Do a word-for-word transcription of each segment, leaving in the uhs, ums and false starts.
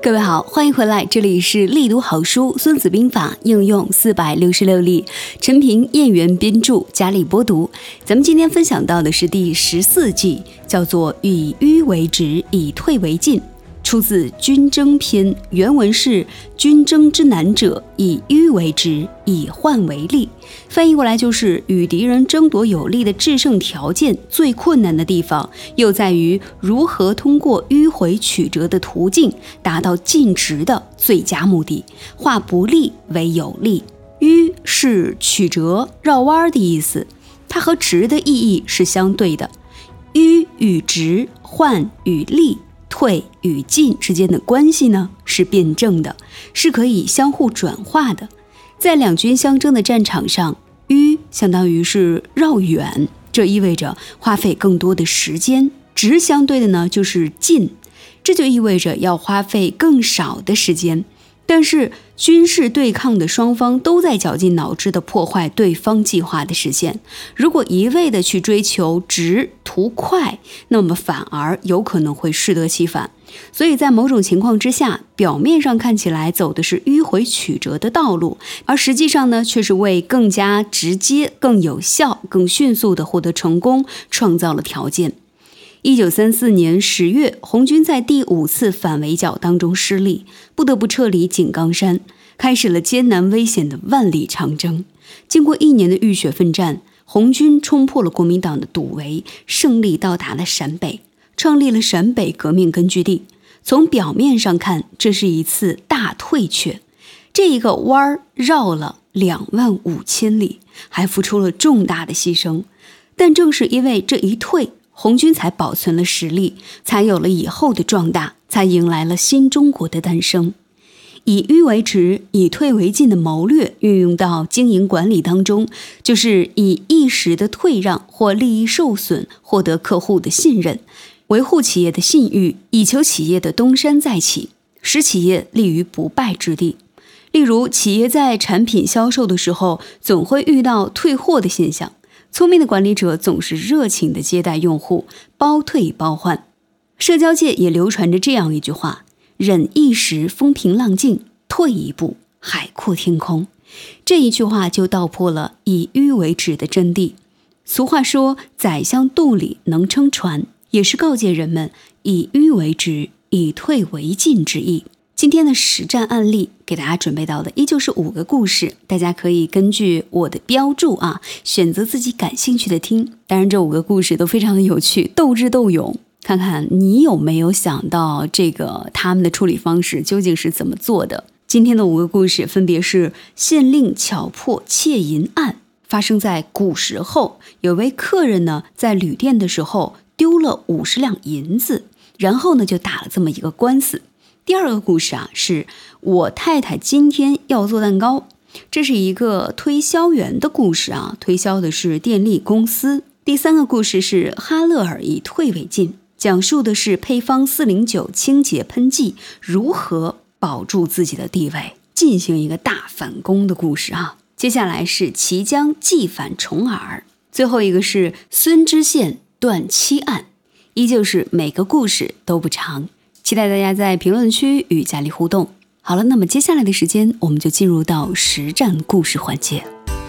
各位好，欢迎回来，这里是力读好书孙子兵法应用四百六十六例，陈平、燕元编著，佳丽播读。咱们今天分享到的是第十四计，叫做以迂为直，以退为进，出自《军争篇》，原文是军争之难者，以迂为直，以患为利。翻译过来就是与敌人争夺有利的制胜条件最困难的地方，又在于如何通过迂回曲折的途径达到进直的最佳目的，化不利为有利。迂是曲折绕弯的意思，它和直的意义是相对的。迂与直，患与利，退与进之间的关系呢是辩证的，是可以相互转化的。在两军相争的战场上，迂相当于是绕远，这意味着花费更多的时间；直相对的呢就是进，这就意味着要花费更少的时间。但是军事对抗的双方都在绞尽脑汁地破坏对方计划的实现，如果一味地去追求直图快，那么反而有可能会适得其反。所以在某种情况之下，表面上看起来走的是迂回曲折的道路，而实际上呢，却是为更加直接、更有效、更迅速地获得成功创造了条件。一九三四年十月，红军在第五次反围剿当中失利，不得不撤离井冈山，开始了艰难危险的万里长征。经过一年的浴血奋战，红军冲破了国民党的堵围，胜利到达了陕北，创立了陕北革命根据地。从表面上看，这是一次大退却，这一个弯儿绕了两万五千里，还付出了重大的牺牲。但正是因为这一退，红军才保存了实力，才有了以后的壮大，才迎来了新中国的诞生。以迂为直，以退为进的谋略运用到经营管理当中，就是以一时的退让或利益受损获得客户的信任，维护企业的信誉，以求企业的东山再起，使企业立于不败之地。例如，企业在产品销售的时候，总会遇到退货的现象，聪明的管理者总是热情地接待用户，包退包换。社交界也流传着这样一句话：忍一时风平浪静，退一步海阔天空。这一句话就道破了以迂为直的真谛。俗话说，宰相肚里能撑船，也是告诫人们以迂为直，以退为进之意。今天的实战案例给大家准备到的依旧是五个故事，大家可以根据我的标注啊，选择自己感兴趣的听。当然这五个故事都非常的有趣，斗智斗勇，看看你有没有想到这个他们的处理方式究竟是怎么做的。今天的五个故事分别是县令巧破窃银案，发生在古时候，有位客人呢在旅店的时候丢了五十两银子，然后呢就打了这么一个官司。第二个故事啊，是我太太今天要做蛋糕，这是一个推销员的故事啊，推销的是电力公司。第三个故事是哈勒尔以退为进，讲述的是配方四零九清洁喷剂如何保住自己的地位，进行一个大反攻的故事啊。接下来是齐将计反重耳，最后一个是孙知县断妻案，依旧是每个故事都不长。期待大家在评论区与佳丽互动。好了，那么接下来的时间我们就进入到实战故事环节。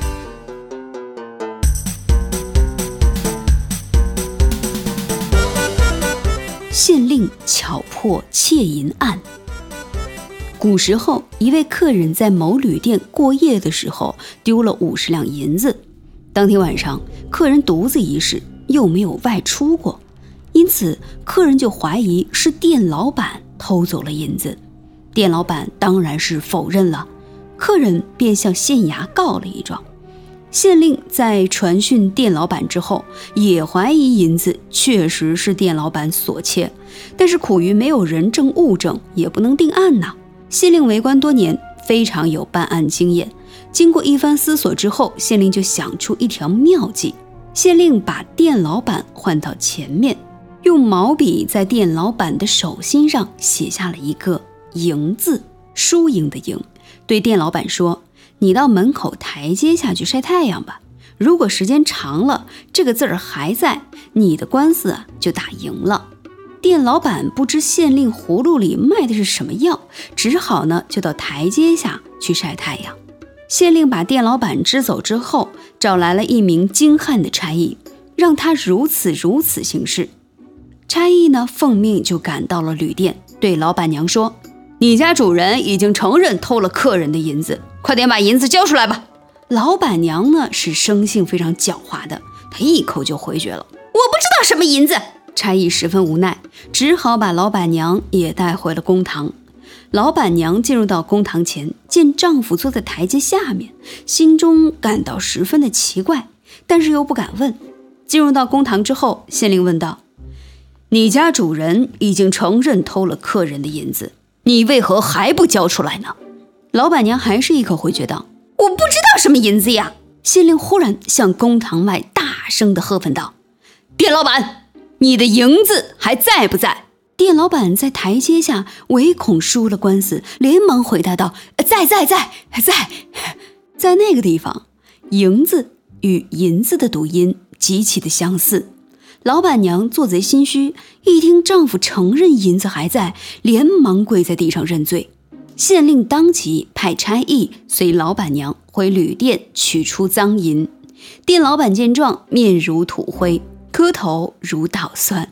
县令巧破窃银案。古时候，一位客人在某旅店过夜的时候丢了五十两银子。当天晚上，客人独自一室，又没有外出过，因此客人就怀疑是店老板偷走了银子。店老板当然是否认了，客人便向县衙告了一状。县令在传讯店老板之后，也怀疑银子确实是店老板所窃，但是苦于没有人证物证，也不能定案呐。县令为官多年，非常有办案经验。经过一番思索之后，县令就想出一条妙计。县令把店老板唤到前面，用毛笔在店老板的手心上写下了一个赢字，输赢的赢，对店老板说，你到门口台阶下去晒太阳吧，如果时间长了，这个字儿还在，你的官司啊就打赢了。 店老板不知县令葫芦里卖的是什么药，只好呢就到台阶下去晒太阳。县令把店老板支走之后，找来了一名精悍的差役，让他如此如此行事。差役呢奉命就赶到了旅店，对老板娘说：你家主人已经承认偷了客人的银子，快点把银子交出来吧。老板娘呢是生性非常狡猾的，她一口就回绝了：我不知道什么银子。差役十分无奈，只好把老板娘也带回了公堂。老板娘进入到公堂前，见丈夫坐在台阶下面，心中感到十分的奇怪，但是又不敢问。进入到公堂之后，县令问道：你家主人已经承认偷了客人的银子，你为何还不交出来呢？老板娘还是一口回绝道：我不知道什么银子呀。县令忽然向公堂外大声地喝问道：店老板，你的银子还在不在？店老板在台阶下唯恐输了官司，连忙回答道：在在在在。在那个地方，银子与银子的读音极其的相似。老板娘做贼心虚，一听丈夫承认银子还在，连忙跪在地上认罪。县令当即派差役随老板娘回旅店取出赃银。店老板见状，面如土灰，磕头如捣蒜。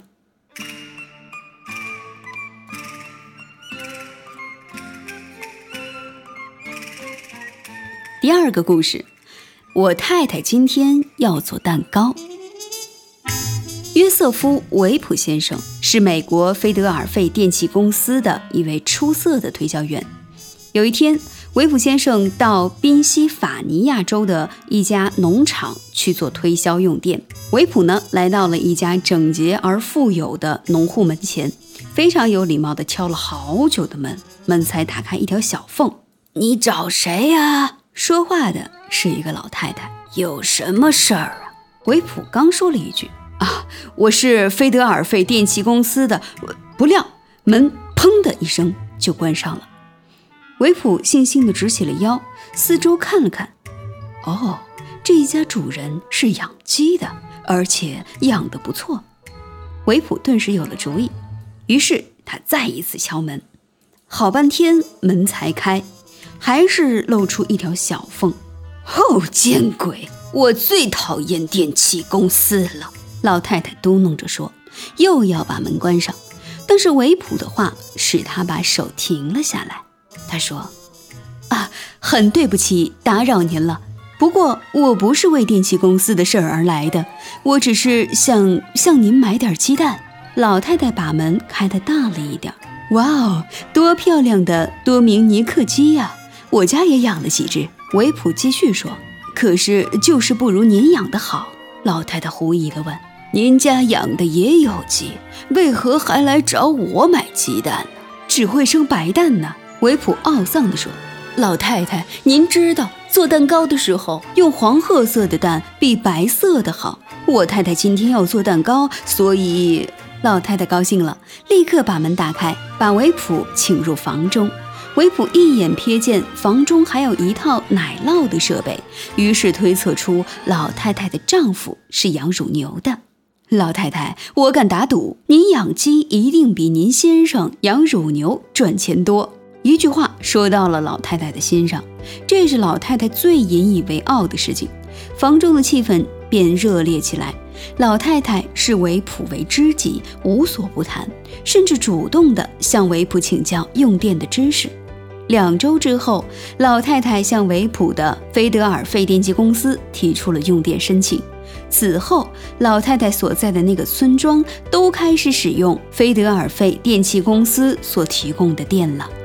第二个故事，我太太今天要做蛋糕。约瑟夫·维普先生是美国菲德尔费电器公司的一位出色的推销员。有一天，维普先生到宾夕法尼亚州的一家农场去做推销用电。维普呢，来到了一家整洁而富有的农户门前，非常有礼貌地敲了好久的门，门才打开一条小缝。你找谁呀？说话的是一个老太太。有什么事儿啊？维普刚说了一句啊，我是菲德尔费电器公司的，不料门砰的一声就关上了。维普悻悻地直起了腰，四周看了看。哦，这一家主人是养鸡的，而且养得不错。维普顿时有了主意，于是他再一次敲门，好半天门才开，还是露出一条小缝。哦，见鬼！我最讨厌电器公司了，老太太嘟哝着说，又要把门关上。但是维普的话使他把手停了下来。他说：啊，很对不起打扰您了，不过我不是为电器公司的事儿而来的，我只是想向您买点鸡蛋。老太太把门开得大了一点。哇哦，多漂亮的多明尼克鸡呀！我家也养了几只。维普继续说，可是就是不如您养的好。老太太狐疑地问，您家养的也有鸡，为何还来找我买鸡蛋呢？只会生白蛋呢。维普懊丧地说，老太太，您知道做蛋糕的时候用黄褐色的蛋比白色的好，我太太今天要做蛋糕，所以……老太太高兴了，立刻把门打开，把维普请入房中。维普一眼瞥见房中还有一套奶酪的设备，于是推测出老太太的丈夫是养乳牛的。老太太，我敢打赌，您养鸡一定比您先生养乳牛赚钱多。一句话说到了老太太的心上，这是老太太最引以为傲的事情。房中的气氛便热烈起来。老太太视维普为知己，无所不谈，甚至主动地向维普请教用电的知识。两周之后，老太太向维普的菲德尔费电器公司提出了用电申请。此后，老太太所在的那个村庄都开始使用菲德尔费电器公司所提供的电了。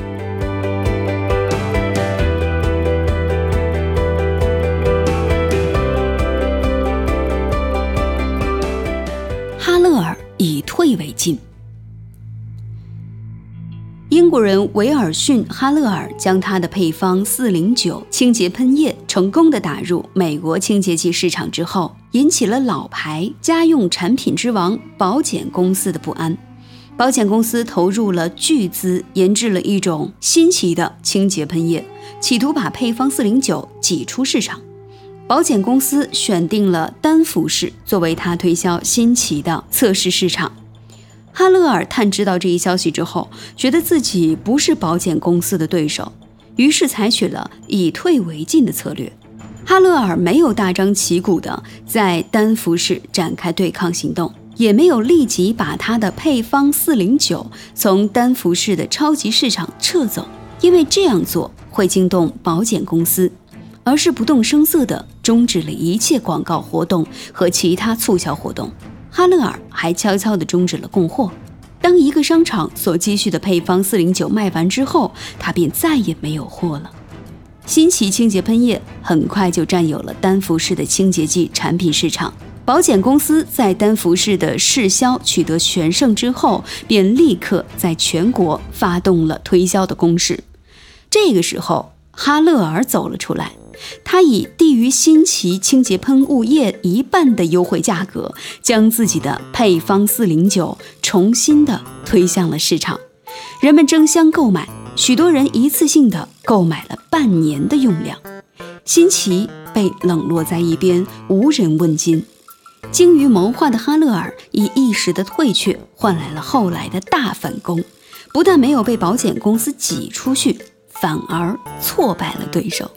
哈勒尔以退为进。英国人维尔逊·哈勒尔将他的配方四零九清洁喷液成功地打入美国清洁剂市场之后，引起了老牌家用产品之王宝简公司的不安。宝简公司投入了巨资研制了一种新奇的清洁喷液，企图把配方四零九挤出市场。宝简公司选定了丹佛市作为它推销新奇的测试市场。 哈勒尔探知到这一消息之后，觉得自己不是保险公司的对手，于是采取了以退为进的策略。哈勒尔没有大张旗鼓地在丹佛市展开对抗行动，也没有立即把他的配方四零九从丹佛市的超级市场撤走，因为这样做会惊动保险公司，而是不动声色地终止了一切广告活动和其他促销活动。哈勒尔还悄悄地终止了供货。当一个商场所积蓄的配方四零九卖完之后，他便再也没有货了。新奇清洁喷液很快就占有了丹佛市的清洁剂产品市场。保险公司在丹佛市的市销取得全胜之后，便立刻在全国发动了推销的攻势。这个时候，哈勒尔走了出来，他以低于新奇清洁喷雾液一半的优惠价格，将自己的配方四零九重新的推向了市场。人们争相购买，许多人一次性的购买了半年的用量。新奇被冷落在一边，无人问津。精于谋划的哈勒尔以一时的退却换来了后来的大反攻，不但没有被保险公司挤出去，反而挫败了对手。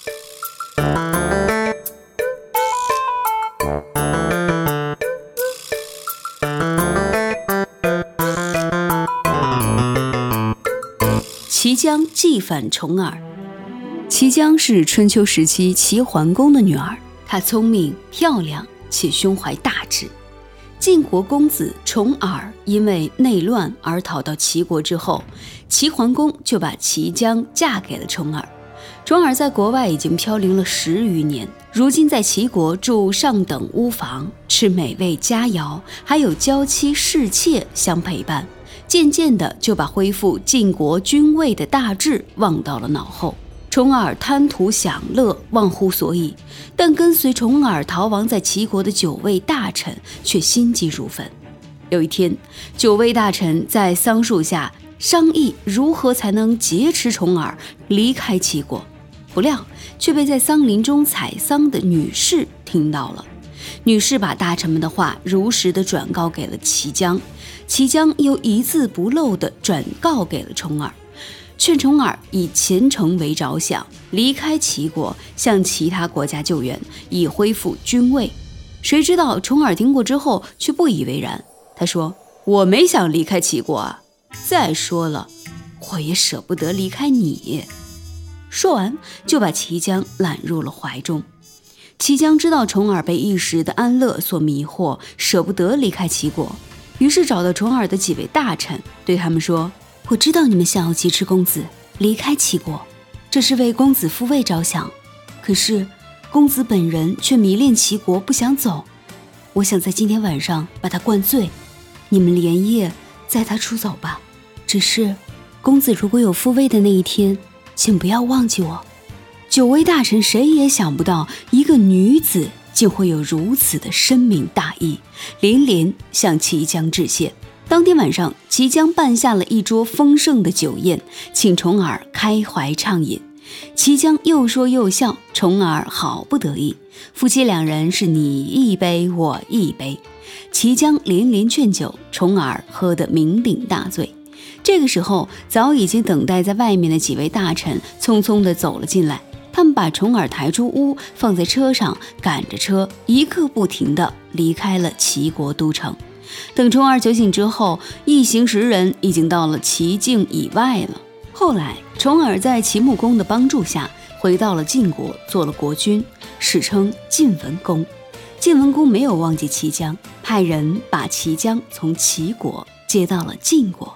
齐姜计反重耳。齐姜是春秋时期齐桓公的女儿，她聪明漂亮且胸怀大志。晋国公子重耳因为内乱而逃到齐国之后，齐桓公就把齐姜嫁给了重耳。重耳在国外已经飘零了十余年，如今在齐国住上等屋房，吃美味佳肴，还有娇妻侍妾相陪伴，渐渐的就把恢复晋国君位的大志忘到了脑后。重耳贪图享乐，忘乎所以，但跟随重耳逃亡在齐国的九位大臣却心急如焚。有一天，九位大臣在桑树下商议如何才能劫持重耳离开齐国，不料却被在桑林中采桑的女士听到了。女士把大臣们的话如实的转告给了齐姜，齐姜又一字不漏地转告给了重耳，劝重耳以前程为着想，离开齐国，向其他国家救援，以恢复君位。谁知道重耳听过之后却不以为然，他说：“我没想离开齐国啊，再说了，我也舍不得离开你。”说完就把齐姜揽入了怀中。齐姜知道重耳被一时的安乐所迷惑，舍不得离开齐国，于是找到重耳的几位大臣，对他们说：“我知道你们想要劫持公子离开齐国，这是为公子复位着想，可是公子本人却迷恋齐国，不想走。我想在今天晚上把他灌醉，你们连夜载他出走吧。只是公子如果有复位的那一天，请不要忘记我。”九位大臣谁也想不到，一个女子竟会有如此的深明大义，连连向齐姜致谢。当天晚上，齐姜办下了一桌丰盛的酒宴，请重耳开怀畅饮。齐姜又说又笑，重耳好不得意，夫妻两人是你一杯我一杯。齐姜连连劝酒，重耳喝得酩酊大醉。这个时候，早已经等待在外面的几位大臣匆匆地走了进来，他们把重耳抬出屋，放在车上，赶着车一刻不停地离开了齐国都城。等重耳酒醒之后，一行十人已经到了齐境以外了。后来重耳在齐穆公的帮助下回到了晋国，做了国君，史称晋文公。晋文公没有忘记齐姜，派人把齐姜从齐国接到了晋国。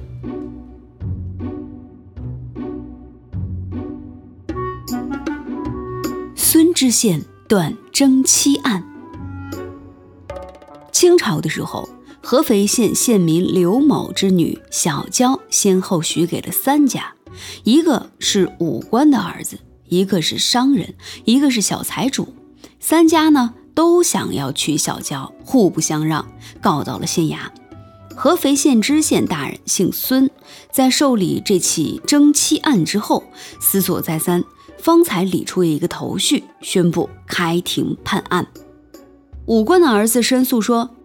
孙知县断征妻案。清朝的时候，合肥县县民刘某之女小娇先后许给了三家，一个是武官的儿子，一个是商人，一个是小财主。三家呢都想要娶小娇，互不相让，告到了县衙。合肥县知县大人姓孙，在受理这起征妻案之后，思索再三，方才理出一个头绪，宣布开庭判案。武官的儿子申诉说，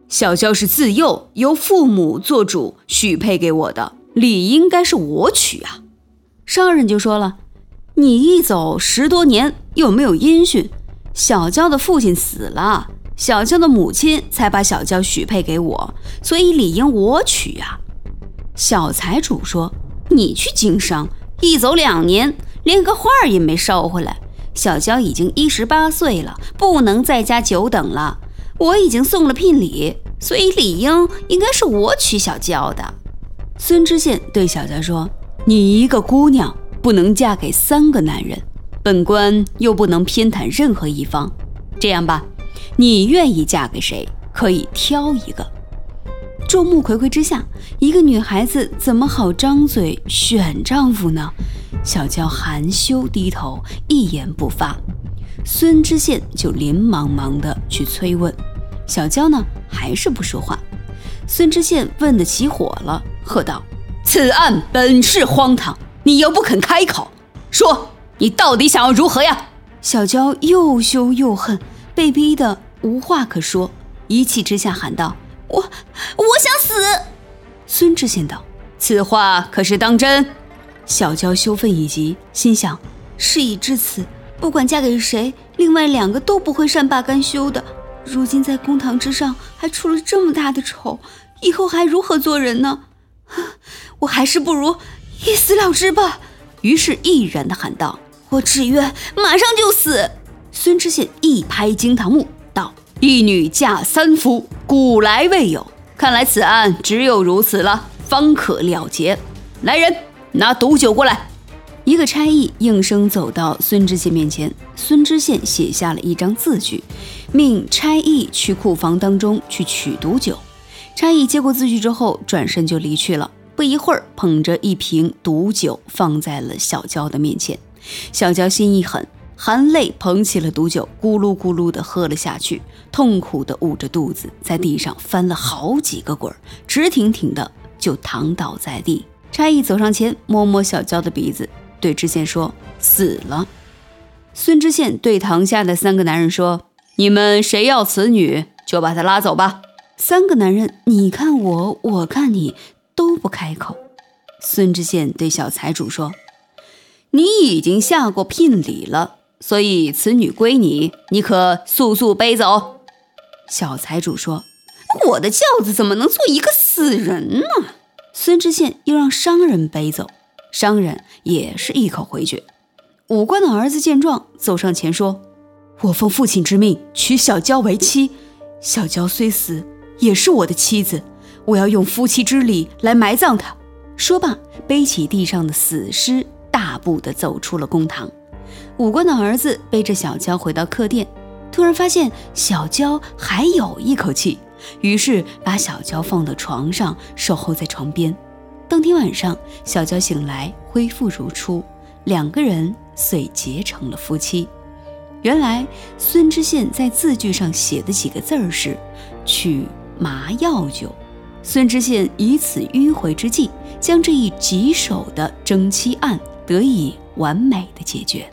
小娇是自幼由父母做主许配给我的，理应该是我娶啊。商人就说了，你一走十多年又没有音讯，小娇的父亲死了，小娇的母亲才把小娇许配给我，所以理应我娶啊。小财主说，你去经商，一走两年连个画也没捎回来，小娇已经一十八岁了，不能在家久等了，我已经送了聘礼，所以理应应该是我娶小娇的。孙知县对小娇说，你一个姑娘不能嫁给三个男人，本官又不能偏袒任何一方，这样吧，你愿意嫁给谁可以挑一个。众目睽睽之下，一个女孩子怎么好张嘴选丈夫呢？小娇含羞低头，一言不发。孙知县就连忙忙的去催问，小娇呢还是不说话。孙知县问得起火了，喝道，此案本是荒唐，你又不肯开口，说你到底想要如何呀？小娇又羞又恨，被逼得无话可说，一气之下喊道，我我想死。孙知县道，此话可是当真？小娇羞愤已极，心想，事已至此，不管嫁给谁，另外两个都不会善罢甘休的，如今在公堂之上还出了这么大的丑，以后还如何做人呢？我还是不如一死了之吧。于是毅然地喊道，我只愿马上就死。孙知县一拍惊堂木道，一女嫁三夫，古来未有，看来此案只有如此了，方可了结。来人，拿毒酒过来。一个差役应声走到孙知县面前，孙知县写下了一张字据，命差役去库房当中去取毒酒。差役接过字据之后，转身就离去了。不一会儿，捧着一瓶毒酒放在了小娇的面前。小娇心一狠，含泪捧起了毒酒，咕噜咕噜地喝了下去，痛苦地捂着肚子，在地上翻了好几个滚，直挺挺的就躺倒在地。差役走上前，摸摸小娇的鼻子，对知县说，死了。孙知县对堂下的三个男人说，你们谁要此女，就把她拉走吧。三个男人你看我，我看你，都不开口。孙知县对小财主说，你已经下过聘礼了，所以此女归你，你可速速背走。小财主说，我的轿子怎么能坐一个死人呢？孙知县又让商人背走，商人也是一口回绝。武官的儿子见状，走上前说，我奉父亲之命娶小娇为妻，小娇虽死也是我的妻子，我要用夫妻之礼来埋葬她。说罢，背起地上的死尸，大步地走出了公堂。武官的儿子背着小娇回到客店，突然发现小娇还有一口气，于是把小娇放到床上，守候在床边。当天晚上，小娇醒来，恢复如初，两个人遂结成了夫妻。原来孙知县在字据上写的几个字儿是取麻药酒，孙知县以此迂回之计，将这一棘手的征妻案得以完美的解决。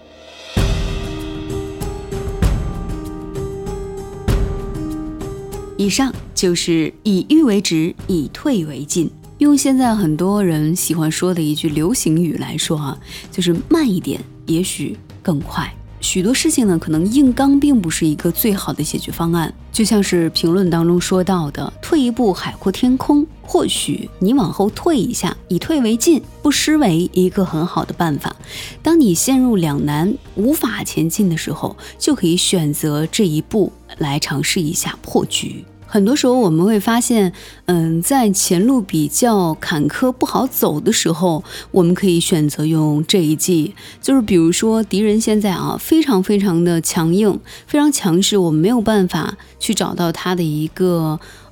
以上就是以欲为直，以退为进。用现在很多人喜欢说的一句流行语来说啊，就是慢一点，也许更快。许多事情呢，可能硬刚并不是一个最好的解决方案。就像是评论当中说到的，退一步海阔天空，或许你往后退一下，以退为进，不失为一个很好的办法。当你陷入两难，无法前进的时候，就可以选择这一步来尝试一下破局。很多时候我们会发现，嗯，在前路比较坎坷不好走的时候，我们可以选择用这一计，就是比如说敌人现在啊非常非常的强硬，非常强势，我们没有办法去找到他的一个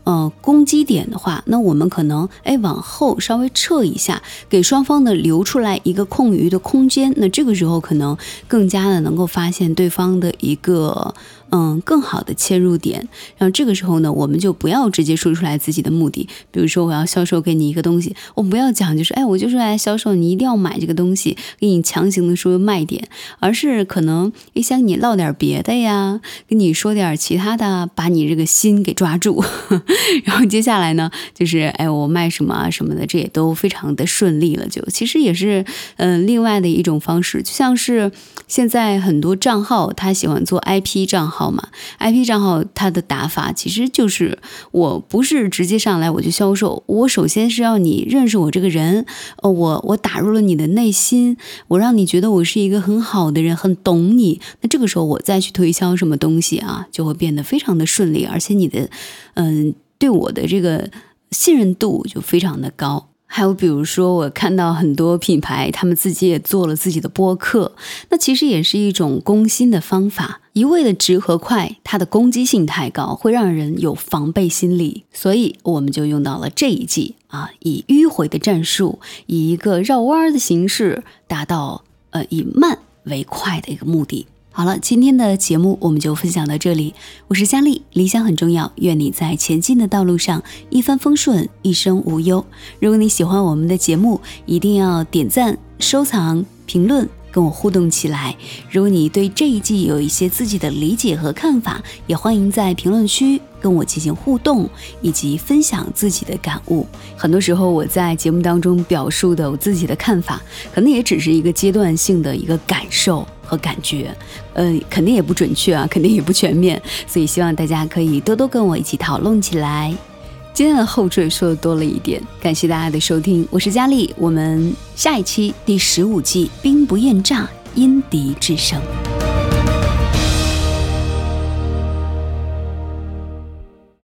呃攻击点的话，那我们可能哎往后稍微撤一下，给双方的留出来一个空余的空间，那这个时候可能更加的能够发现对方的一个嗯更好的切入点。然后这个时候呢，我们就不要直接说出来自己的目的，比如说我要销售给你一个东西，我不要讲就是哎我就是来销售你一定要买这个东西，给你强行的说卖点，而是可能也想你唠点别的呀，跟你说点其他的，把你这个心给抓住然后接下来呢就是哎我卖什么啊什么的，这也都非常的顺利了，就其实也是嗯、呃、另外的一种方式。就像是现在很多账号他喜欢做 I P 账号嘛， I P 账号它的打法其实就是我不是直接上来我就销售，我首先是要你认识我这个人，呃、我我打入了你的内心，我让你觉得我是一个很好的人，很懂你，那这个时候我再去推销什么东西啊，就会变得非常的顺利，而且你的嗯、呃、对我的这个信任度就非常的高。还有比如说我看到很多品牌他们自己也做了自己的播客，那其实也是一种攻心的方法，一味的直和快它的攻击性太高，会让人有防备心理，所以我们就用到了这一计啊，以迂回的战术，以一个绕弯的形式达到呃以慢为快的一个目的。好了，今天的节目我们就分享到这里，我是佳丽，理想很重要，愿你在前进的道路上一帆风顺，一生无忧。如果你喜欢我们的节目，一定要点赞、收藏、评论，跟我互动起来。如果你对这一季有一些自己的理解和看法，也欢迎在评论区跟我进行互动，以及分享自己的感悟。很多时候我在节目当中表述的我自己的看法，可能也只是一个阶段性的一个感受和感觉，呃，肯定也不准确啊，肯定也不全面，所以希望大家可以多多跟我一起讨论起来。今天的后缀说的多了一点，感谢大家的收听，我是佳丽，我们下一期第十五季兵不厌诈，因敌制胜。